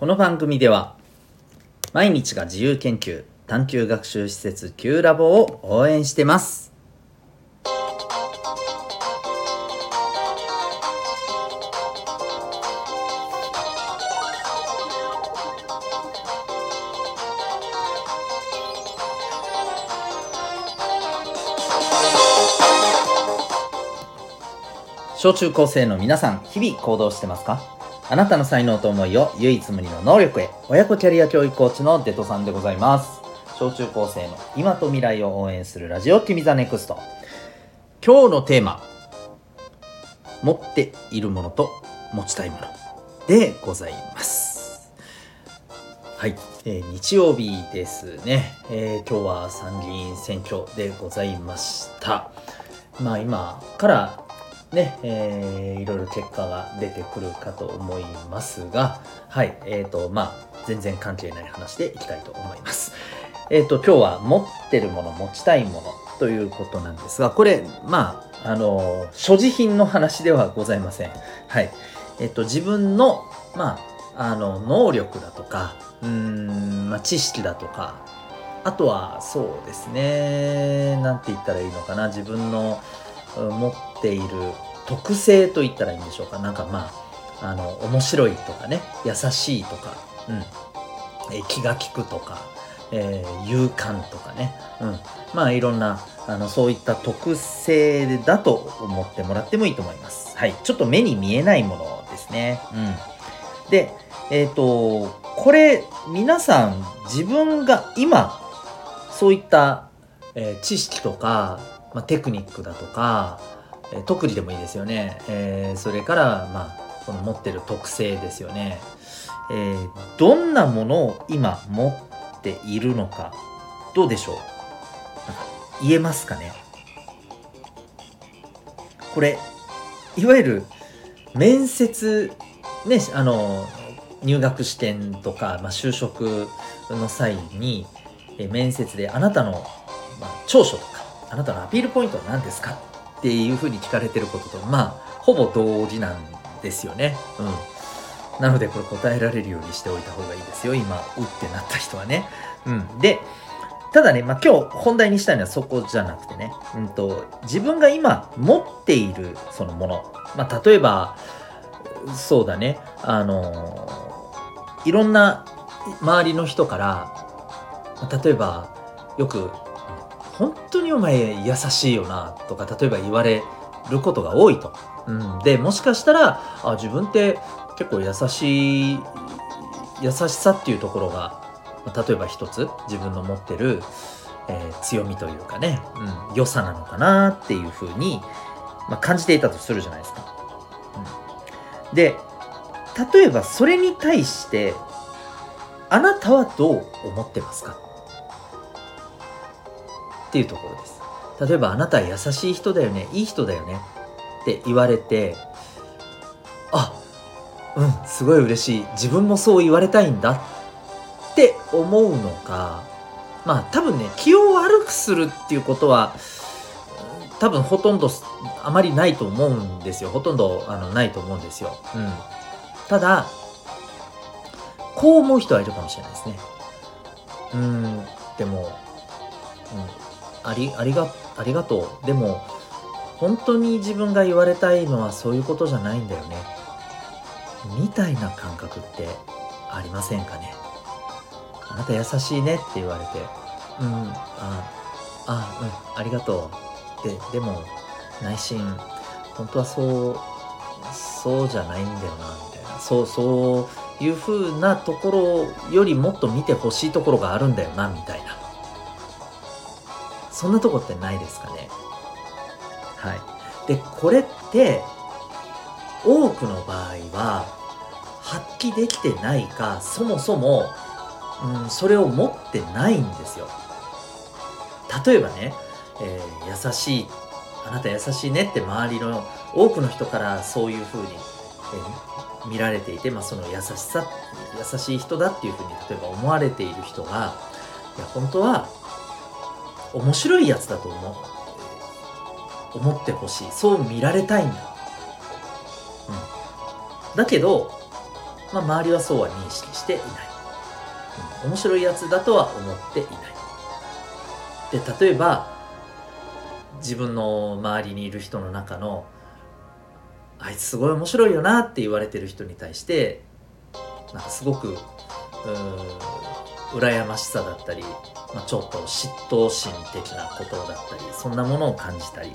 この番組では毎日が自由研究探究学習施設 Q ラボを応援してます。小中高生の皆さん、日々行動してますか？あなたの才能と思いを唯一無二の能力へ。親子キャリア教育コーチのデトさんでございます。小中高生の今と未来を応援するラジオ君ザネクスト。今日のテーマ、持っているものと持ちたいものでございます。はい、日曜日ですね。今日は参議院選挙でございました。今からね、いろいろ結果が出てくるかと思いますが、はい、全然関係ない話でいきたいと思います。今日は持ってるもの、持ちたいものということなんですが、これ、所持品の話ではございません。はい。自分の、能力だとか、知識だとか、あとはそうですね、なんて言ったらいいのかな、自分の持っている特性と言ったらいいんでしょうか。面白いとかね、優しいとか、気が利くとか、勇敢とかね、いろんなそういった特性だと思ってもらってもいいと思います。はい、ちょっと目に見えないものですね。で、これ皆さん自分が今そういった、知識とか、テクニックだとか、特技でもいいですよね。それからこの持ってる特性ですよね。どんなものを今持っているのか、どうでしょう？言えますかね？これいわゆる面接ね、入学試験とか、就職の際に面接であなたの、長所とかあなたのアピールポイントは何ですかっていうふうに聞かれてることとほぼ同時なんですよね。なのでこれ答えられるようにしておいた方がいいですよ、今ってなった人はね。でただね、今日本題にしたいのはそこじゃなくてね、自分が今持っているそのもの、例えばそうだね、いろんな周りの人から、例えばよく本当にお前優しいよなとか例えば言われることが多いと。でもしかしたら自分って結構優しさっていうところが、例えば一つ自分の持ってる、強みというかね、良さなのかなっていうふうに、感じていたとするじゃないですか。で例えばそれに対してあなたはどう思ってますかっていうところです。例えばあなたは優しい人だよね、いい人だよねって言われて、すごい嬉しい、自分もそう言われたいんだって思うのか、多分ね、気を悪くするっていうことは多分ほとんどあまりないと思うんですよ。ほとんどないと思うんですよ。ただこう思う人はいるかもしれないですね。でも、ありがとう。でも本当に自分が言われたいのはそういうことじゃないんだよねみたいな感覚ってありませんかね？あなた優しいねって言われて、ありがとう。でも内心本当はそうじゃないんだよなみたいな、そういう風なところよりもっと見てほしいところがあるんだよなみたいな、そんなとこってないですかね？はい。でこれって多くの場合は発揮できてないか、そもそも、それを持ってないんですよ。例えばね、優しい、あなた優しいねって周りの多くの人からそういう風に、見られていて、その優しい人だっていう風に例えば思われている人が、いや本当は面白いやつだと思ってほしい、そう見られたいんだ。だけど周りはそうは認識していない、面白いやつだとは思っていない。で、例えば自分の周りにいる人の中のあいつすごい面白いよなって言われてる人に対してなんかすごく羨ましさだったり、ちょっと嫉妬心的なことだったり、そんなものを感じたり、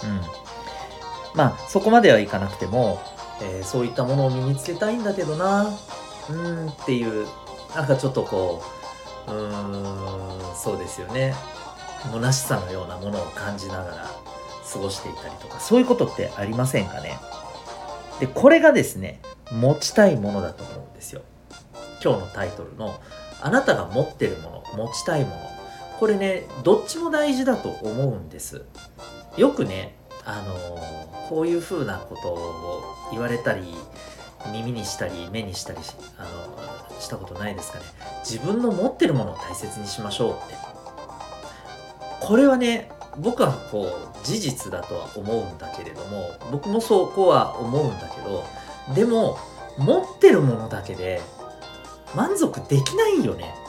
そこまではいかなくても、そういったものを身につけたいんだけどなっていう、なんかちょっとこうそうですよね、虚しさのようなものを感じながら過ごしていたりとか、そういうことってありませんかね。で、これがですね、持ちたいものだと思うんですよ。今日のタイトルのあなたが持ってるもの、持ちたいもの、これね、どっちも大事だと思うんです。よくね、こういう風なことを言われたり、耳にしたり目にしたりしたことないですかね。自分の持ってるものを大切にしましょうって。これはね、僕はこう事実だとは思うんだけれども、僕もそこは思うんだけど、でも持ってるものだけで満足できないよね。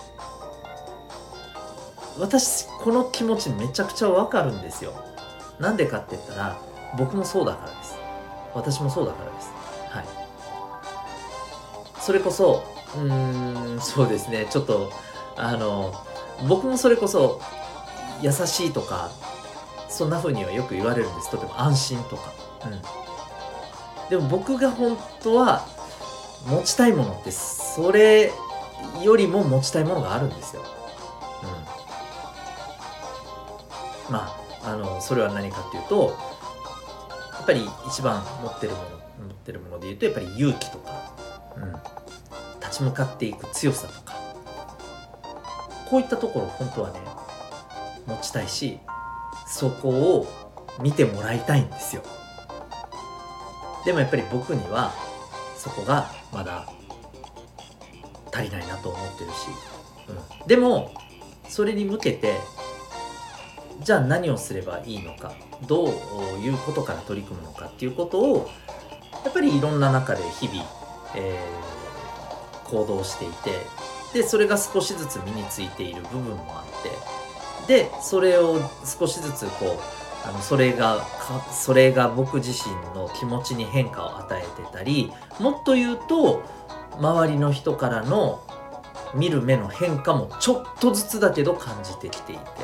私この気持ちめちゃくちゃわかるんですよ。なんでかって言ったら、僕もそうだからです。私もそうだからです。はい。それこそそうですね、ちょっと僕もそれこそ優しいとかそんな風にはよく言われるんです。とても安心とか。でも僕が本当は持ちたいものってそれよりも持ちたいものがあるんですよ。それは何かっていうと、やっぱり一番持ってるもので言うと、やっぱり勇気とか、立ち向かっていく強さとか、こういったところを本当はね持ちたいし、そこを見てもらいたいんですよ。でもやっぱり僕にはそこがまだ足りないなと思ってるし、でもそれに向けてじゃあ何をすればいいのか、どういうことから取り組むのかっていうことをやっぱりいろんな中で日々、行動していて、でそれが少しずつ身についている部分もあって、でそれを少しずつこうそれが僕自身の気持ちに変化を与えてたり、もっと言うと周りの人からの見る目の変化もちょっとずつだけど感じてきていて、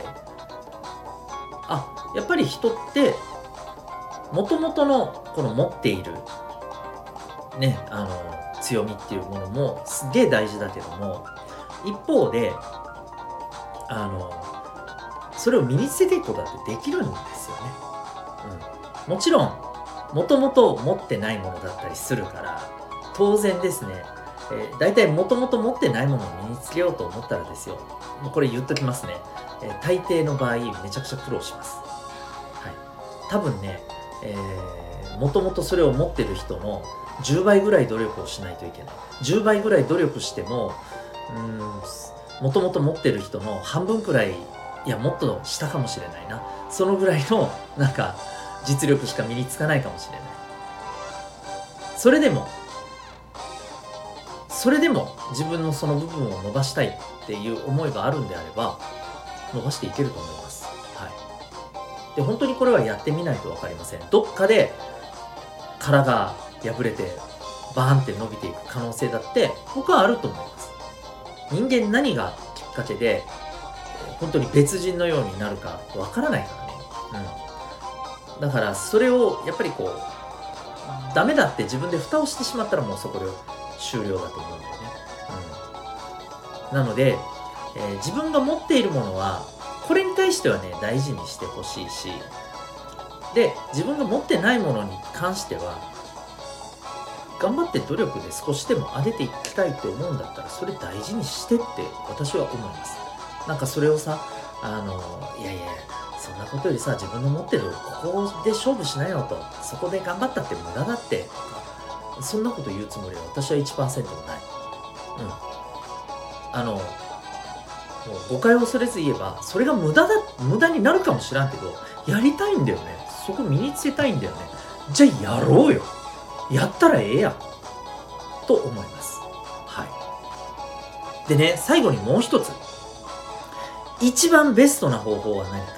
やっぱり人ってもともとのこの持っているね、強みっていうものもすげえ大事だけども、一方でそれを身につけていくことだってできるんですよね。もちろんもともと持ってないものだったりするから当然ですね、大体もともと持ってないものを身につけようと思ったらですよ、もうこれ言っときますね、大抵の場合めちゃくちゃ苦労します。多分ね、もともとそれを持ってる人の10倍ぐらい努力をしないといけない。10倍ぐらい努力してももともと持ってる人の半分くらい、いやもっと下かもしれないな、そのぐらいのなんか実力しか身につかないかもしれない。それでも自分のその部分を伸ばしたいっていう思いがあるんであれば伸ばしていけると思います。で本当にこれはやってみないと分かりません。どっかで殻が破れてバーンって伸びていく可能性だって僕はあると思います。人間何がきっかけで本当に別人のようになるか分からないからね。だからそれをやっぱりこうダメだって自分で蓋をしてしまったらもうそこで終了だと思うんだよね。なので、自分が持っているものはこれに対してはね大事にしてほしいし、で自分が持ってないものに関しては頑張って努力で少しでも上げていきたいと思うんだったらそれ大事にしてって私は思います。なんかそれをさいやいやそんなことよりさ、自分の持ってるここで勝負しなよと、そこで頑張ったって無駄だってとか、そんなこと言うつもりは私は 1% もない。もう誤解を恐れず言えばそれが無駄になるかもしらんけどやりたいんだよね。そこ身につけたいんだよね。じゃあやろうよ、やったらええやんと思います。 でね、最後にもう一つ、一番ベストな方法は何か。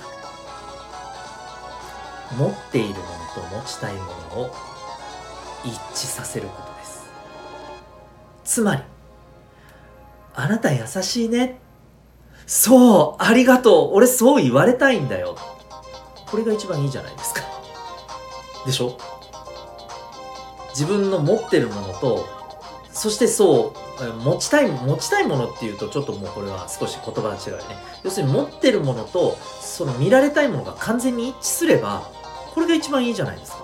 持っているものと持ちたいものを一致させることです。つまり、あなた優しいね。そう、ありがとう。俺そう言われたいんだよ。これが一番いいじゃないですか。でしょ？自分の持ってるものと、そしてそう、持ちたいものっていうとちょっともうこれは少し言葉が違うよね。要するに持ってるものと、その見られたいものが完全に一致すれば、これが一番いいじゃないですか。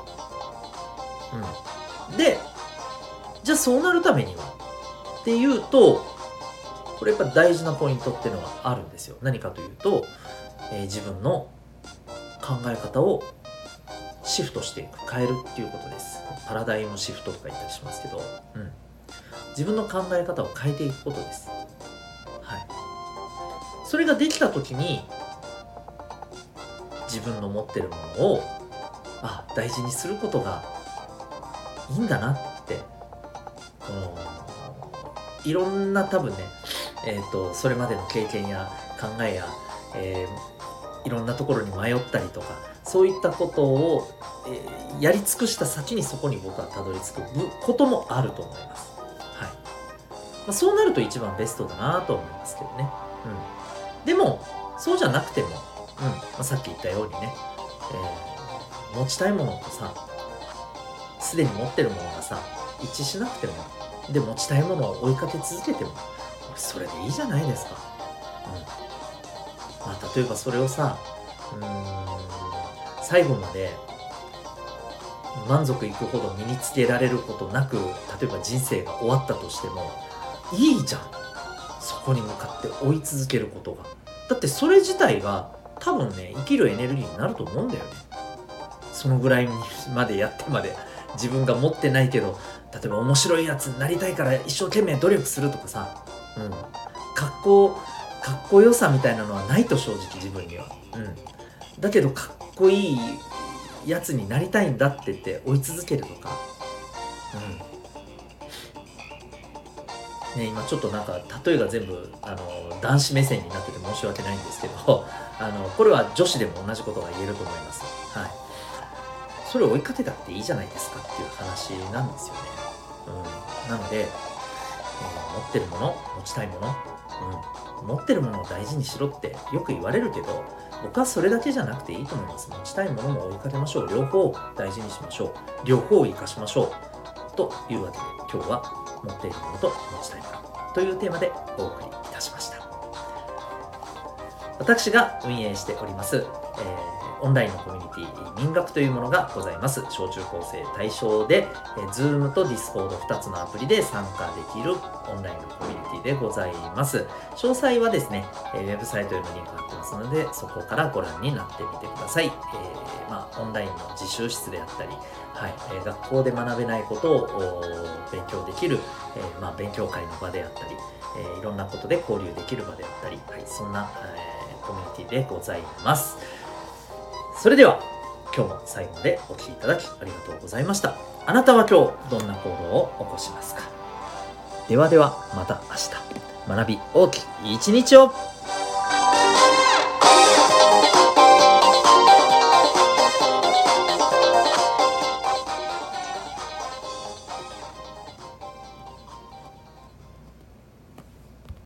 で、じゃあそうなるためにはっていうと、これやっぱ大事なポイントっていうのがあるんですよ。何かというと、自分の考え方をシフトしていく、変えるっていうことです。パラダイムシフトとか言ったりしますけど、自分の考え方を変えていくことです。はい。それができたときに、自分の持ってるものを大事にすることがいいんだなって、いろんな多分ね、それまでの経験や考えや、いろんなところに迷ったりとか、そういったことを、やり尽くした先にそこに僕はたどり着くこともあると思います。はい。そうなると一番ベストだなと思いますけどね。でも、そうじゃなくても、さっき言ったようにね、持ちたいものとさ、すでに持ってるものがさ、一致しなくても、で、持ちたいものを追いかけ続けても、それでいいじゃないですか。例えばそれをさ、最後まで満足いくほど身につけられることなく、例えば人生が終わったとしても、いいじゃん。そこに向かって追い続けることが。だってそれ自体が多分ね、生きるエネルギーになると思うんだよね。そのぐらいまでやってまで自分が持ってないけど、例えば面白いやつになりたいから一生懸命努力するとかさ、かっこよさみたいなのはないと、正直自分には。だけどかっこいいやつになりたいんだって言って追い続けるとか。今ちょっとなんか例えが全部男子目線になってて申し訳ないんですけど、これは女子でも同じことが言えると思います。はい。それを追いかけたっていいじゃないですかっていう話なんですよね。なので、持ってるもの、持ちたいもの、持ってるものを大事にしろってよく言われるけど、僕はそれだけじゃなくていいと思います。持ちたいものも追いかけましょう。両方大事にしましょう。両方を生かしましょう。というわけで、今日は持っているものと持ちたいものというテーマでお送りいたしました。私が運営しております、オンラインのコミュニティ民学というものがございます。小中高生対象で、Zoom と Discord 2つのアプリで参加できるオンラインのコミュニティでございます。詳細はですね、ウェブサイトへのリンクが貼ってますので、そこからご覧になってみてください。オンラインの自習室であったり、学校で学べないことを勉強できる、勉強会の場であったり、いろんなことで交流できる場であったり、そんな、コミュニティでございます。それでは今日も最後までお聞きいただきありがとうございました。あなたは今日どんな行動を起こしますか？ではではまた明日、学び大きい一日を。